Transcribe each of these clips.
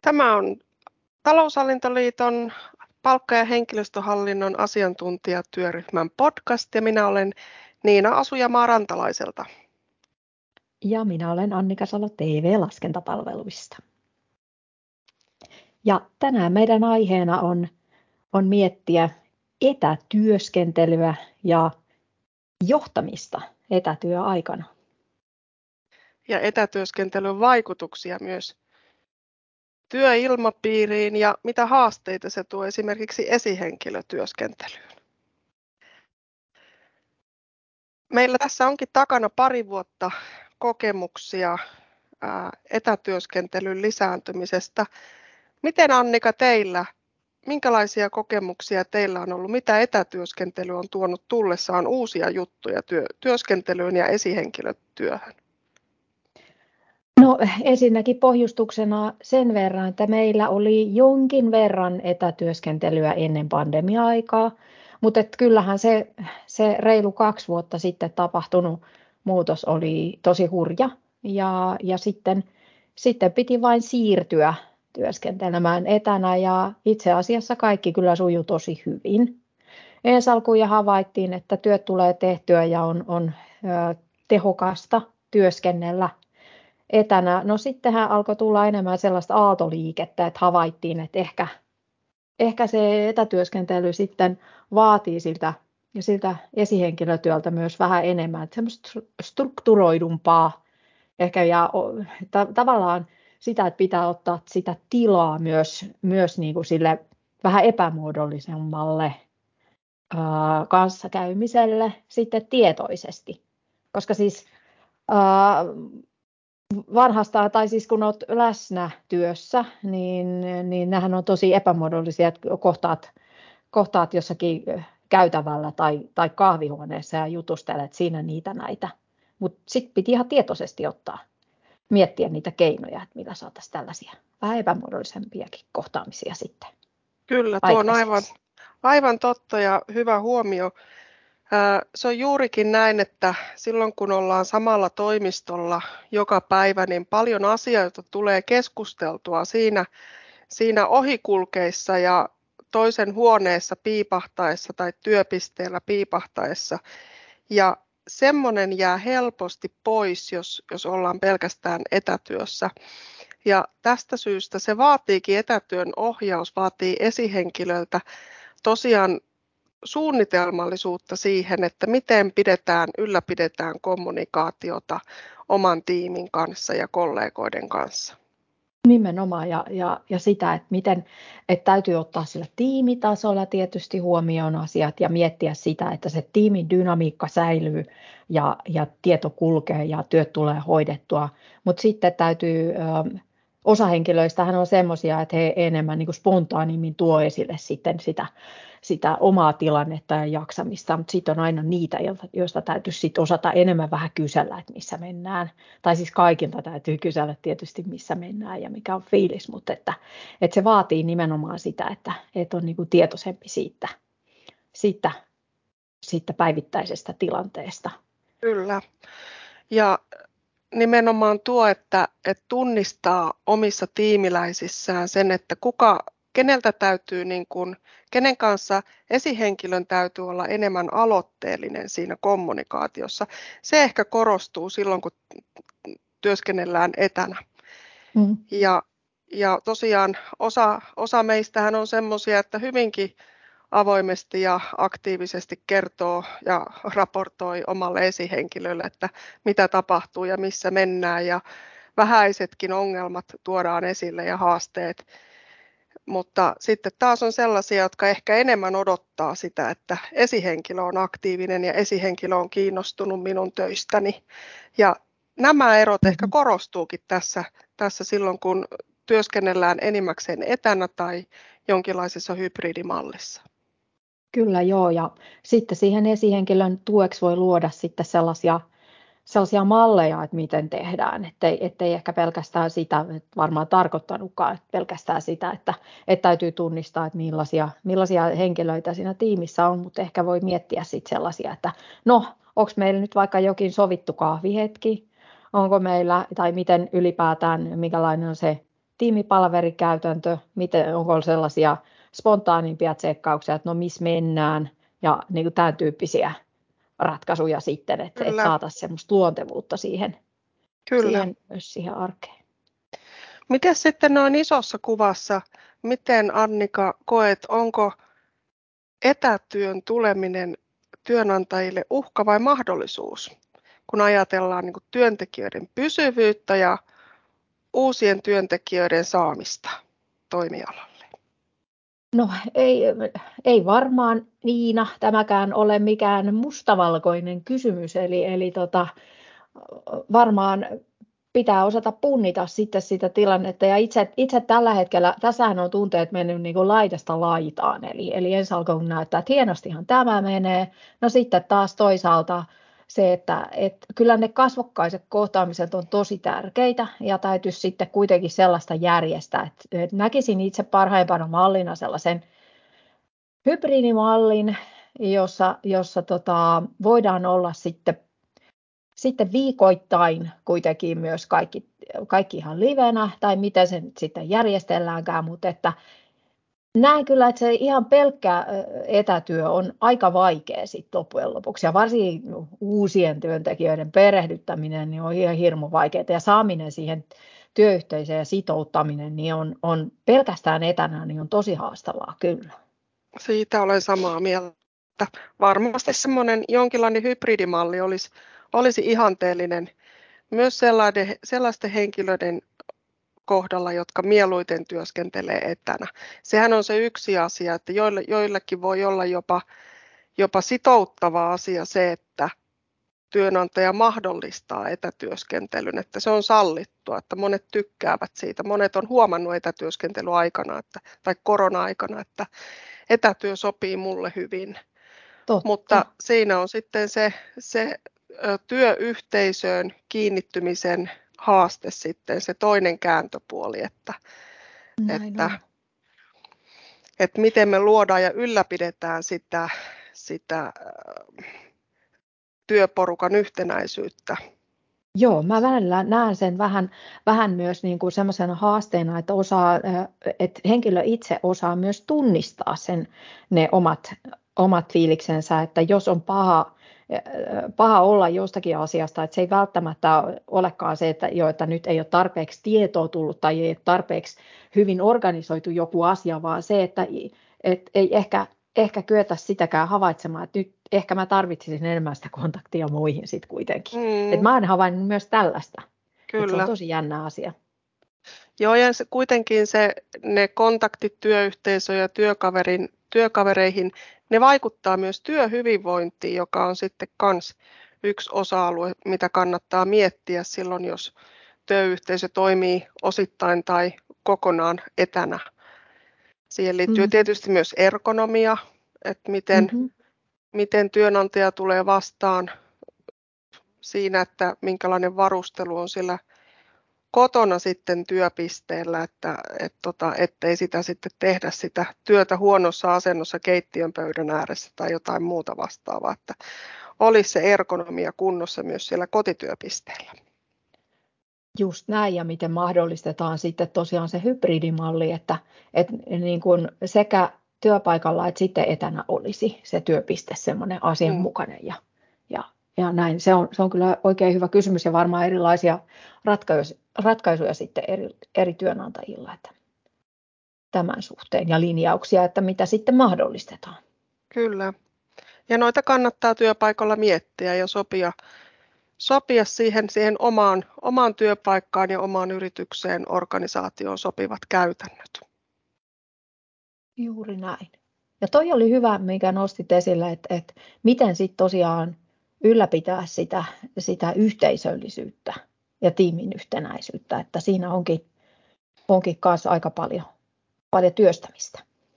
Tämä on Taloushallintoliiton palkka- ja henkilöstöhallinnon asiantuntijatyöryhmän podcast ja minä olen Niina Asujamaa Rantalaiselta. Ja minä olen Annika Salo TV-laskentapalveluista. Ja tänään meidän aiheena on miettiä etätyöskentelyä ja johtamista etätyöaikana. Ja etätyöskentelyn vaikutuksia myös työilmapiiriin ja mitä haasteita se tuo esimerkiksi esihenkilötyöskentelyyn. Meillä tässä onkin takana pari vuotta kokemuksia etätyöskentelyn lisääntymisestä. Miten Annika minkälaisia kokemuksia teillä on ollut? Mitä etätyöskentely on tuonut tullessaan uusia juttuja työskentelyyn ja esihenkilötyöhön? No ensinnäkin pohjustuksena sen verran, että meillä oli jonkin verran etätyöskentelyä ennen pandemia-aikaa, mutta kyllähän se reilu 2 vuotta sitten tapahtunut muutos oli tosi hurja ja sitten piti vain siirtyä työskentelemään etänä ja itse asiassa kaikki kyllä sujui tosi hyvin. Ensi alkuun havaittiin, että työt tulee tehtyä ja on tehokasta työskennellä etänä. No sittenhän alkoi tulla enemmän sellaista aaltoliikettä, että havaittiin, että ehkä se etätyöskentely sitten vaatii siltä esihenkilötyöltä myös vähän enemmän, että semmoista strukturoidumpaa ehkä ja tavallaan sitä, että pitää ottaa sitä tilaa myös niin kuin sille vähän epämuodollisemmalle kanssakäymiselle sitten tietoisesti, koska siis vanhastaan, tai siis kun olet läsnä työssä, niin nämähän on tosi epämuodollisia, että kohtaat jossakin käytävällä tai kahvihuoneessa ja jutustelet siinä niitä näitä. Mutta sitten piti ihan tietoisesti miettiä niitä keinoja, että millä saataisiin tällaisia vähän epämuodollisempiakin kohtaamisia sitten. Kyllä, tuo on aivan totta ja hyvä huomio. Se on juurikin näin, että silloin kun ollaan samalla toimistolla joka päivä, niin paljon asioita tulee keskusteltua siinä ohikulkeissa ja toisen huoneessa piipahtaessa tai työpisteellä piipahtaessa. Ja semmoinen jää helposti pois, jos ollaan pelkästään etätyössä. Ja tästä syystä se vaatiikin etätyön ohjaus, vaatii esihenkilöltä tosiaan suunnitelmallisuutta siihen, että miten ylläpidetään kommunikaatiota oman tiimin kanssa ja kollegoiden kanssa. Nimenomaan ja sitä, että täytyy ottaa sillä tiimitasolla tietysti huomioon asiat ja miettiä sitä, että se tiimin dynamiikka säilyy ja tieto kulkee ja työt tulee hoidettua, mutta sitten täytyy osa henkilöistähän on semmoisia, että he enemmän niin kuin spontaanimmin tuo esille sitten sitä omaa tilannetta ja jaksamista, mutta sitten on aina niitä, joista täytyy sitten osata enemmän vähän kysellä, että missä mennään. Tai siis kaikilta täytyy kysellä tietysti, missä mennään ja mikä on fiilis, mutta että se vaatii nimenomaan sitä, että on niin kuin tietoisempi siitä päivittäisestä tilanteesta. Kyllä. Ja nimenomaan tuo, että tunnistaa omissa tiimiläisissään sen, että keneltä täytyy, kenen kanssa esihenkilön täytyy olla enemmän aloitteellinen siinä kommunikaatiossa. Se ehkä korostuu silloin, kun työskennellään etänä. Ja tosiaan osa meistähän on semmoisia, että hyvinkin avoimesti ja aktiivisesti kertoo ja raportoi omalle esihenkilölle, että mitä tapahtuu ja missä mennään ja vähäisetkin ongelmat tuodaan esille ja haasteet. Mutta sitten taas on sellaisia, jotka ehkä enemmän odottaa sitä, että esihenkilö on aktiivinen ja esihenkilö on kiinnostunut minun töistäni. Ja nämä erot ehkä korostuukin tässä silloin, kun työskennellään enimmäkseen etänä tai jonkinlaisessa hybridimallissa. Kyllä joo, ja sitten siihen esihenkilön tueksi voi luoda sitten sellaisia malleja, että miten tehdään, ettei ehkä pelkästään sitä, varmaan tarkoittanutkaan, että pelkästään sitä, että täytyy tunnistaa, että millaisia henkilöitä siinä tiimissä on, mutta ehkä voi miettiä sitten sellaisia, että no, onko meillä nyt vaikka jokin sovittu kahvihetki, onko meillä, tai miten ylipäätään, minkälainen on se tiimipalaverikäytäntö, onko sellaisia spontaanimpia tsekkauksia, että no missä mennään ja niin kuin tämän tyyppisiä ratkaisuja sitten, että saataisiin semmoista luontevuutta siihen myös siihen arkeen. Miten sitten noin isossa kuvassa, miten Annika koet, onko etätyön tuleminen työnantajille uhka vai mahdollisuus, kun ajatellaan niin kuin työntekijöiden pysyvyyttä ja uusien työntekijöiden saamista toimialalle? No ei varmaan, Niina, tämäkään ole mikään mustavalkoinen kysymys, eli varmaan pitää osata punnita sitten sitä tilannetta. Ja itse tällä hetkellä, tässähän on tunteet mennyt niin kuin laidasta laitaan. Eli ensi alkuun näyttää, että hienostihan tämä menee. No sitten taas toisaalta se, että kyllä ne kasvokkaiset kohtaamiset on tosi tärkeitä ja täytyisi sitten kuitenkin sellaista järjestää. Että näkisin itse parhaimpana mallina sellaisen hybridimallin, jossa voidaan olla sitten viikoittain kuitenkin myös kaikki ihan livenä, tai miten se sitten järjestelläänkään, mutta että näen kyllä, että se ihan pelkkä etätyö on aika vaikea sitten loppujen lopuksi, ja varsinkin uusien työntekijöiden perehdyttäminen niin on ihan hirmu vaikeaa, ja saaminen siihen työyhteisöön ja sitouttaminen niin on pelkästään etänä niin on tosi haastavaa kyllä. Siitä olen samaa mieltä. Varmasti semmoinen jonkinlainen hybridimalli olisi ihanteellinen myös sellaisten henkilöiden kohdalla, jotka mieluiten työskentelee etänä. Sehän on se yksi asia, että joillekin voi olla jopa sitouttava asia se, että työnantaja mahdollistaa etätyöskentelyn, että se on sallittua, että monet tykkäävät siitä. Monet on huomannut etätyöskentelyaikana tai korona-aikana, että etätyö sopii mulle hyvin. Totta. Mutta siinä on sitten se työyhteisöön kiinnittymisen haaste sitten, se toinen kääntöpuoli, että miten me luodaan ja ylläpidetään sitä työporukan yhtenäisyyttä. Joo, mä välillä näen sen vähän myös niin kuin semmoisena haasteena, että henkilö itse osaa myös tunnistaa ne omat fiiliksensä, että jos on paha olla jostakin asiasta, että se ei välttämättä olekaan se, että nyt ei ole tarpeeksi tietoa tullut tai ei ole tarpeeksi hyvin organisoitu joku asia, vaan se, että ei ehkä kyetä sitäkään havaitsemaan, että nyt ehkä mä tarvitsisin enemmän sitä kontaktia muihin sitten kuitenkin. Että mä oon havainnut myös tällaista. Kyllä. Että se on tosi jännä asia. Joo, ja kuitenkin ne kontaktit työyhteisöön ja työkavereihin, ne vaikuttaa myös työhyvinvointiin, joka on sitten myös yksi osa-alue, mitä kannattaa miettiä silloin, jos työyhteisö toimii osittain tai kokonaan etänä. Siihen liittyy tietysti myös ergonomia, että miten työnantaja tulee vastaan siinä, että minkälainen varustelu on siellä kotona sitten työpisteellä, ettei sitä sitten tehdä sitä työtä huonossa asennossa keittiön pöydän ääressä tai jotain muuta vastaavaa, että olisi se ergonomia kunnossa myös siellä kotityöpisteellä. Just näin, ja miten mahdollistetaan sitten tosiaan se hybridimalli, että niin kuin sekä työpaikalla että sitten etänä olisi se työpiste semmoinen asianmukainen ja näin. Se on kyllä oikein hyvä kysymys ja varmaan erilaisia ratkaisuja sitten eri työnantajilla että tämän suhteen ja linjauksia, että mitä sitten mahdollistetaan. Kyllä. Ja noita kannattaa työpaikalla miettiä ja sopia siihen omaan työpaikkaan ja omaan yritykseen, organisaatioon sopivat käytännöt. Juuri näin. Ja toi oli hyvä, mikä nostit esille, että miten sitten tosiaan ylläpitää sitä yhteisöllisyyttä ja tiimin yhtenäisyyttä, että siinä onkin kanssa aika paljon työstämistä.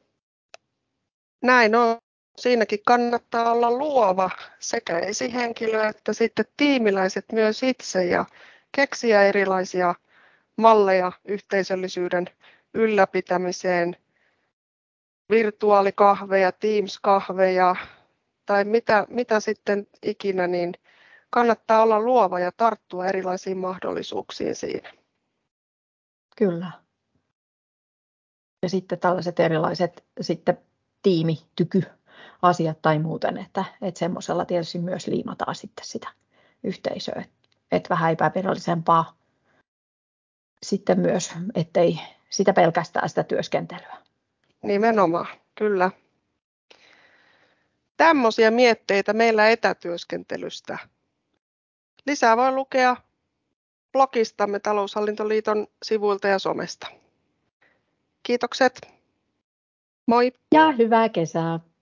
Näin on. Siinäkin kannattaa olla luova sekä esihenkilö että sitten tiimiläiset myös itse ja keksiä erilaisia malleja yhteisöllisyyden ylläpitämiseen, virtuaalikahveja, Teams-kahveja tai mitä sitten ikinä, niin kannattaa olla luova ja tarttua erilaisiin mahdollisuuksiin siinä. Kyllä. Ja sitten tällaiset erilaiset sitten tiimitykyasiat tai muuten, että semmoisella tietysti myös liimataan sitten sitä yhteisöä, että vähän epävirallisempaa sitten myös, ettei sitä pelkästään sitä työskentelyä. Nimenomaan, kyllä. Tämmöisiä mietteitä meillä etätyöskentelystä. Lisää voi lukea blogistamme Taloushallintoliiton sivuilta ja somesta. Kiitokset. Moi. Ja hyvää kesää.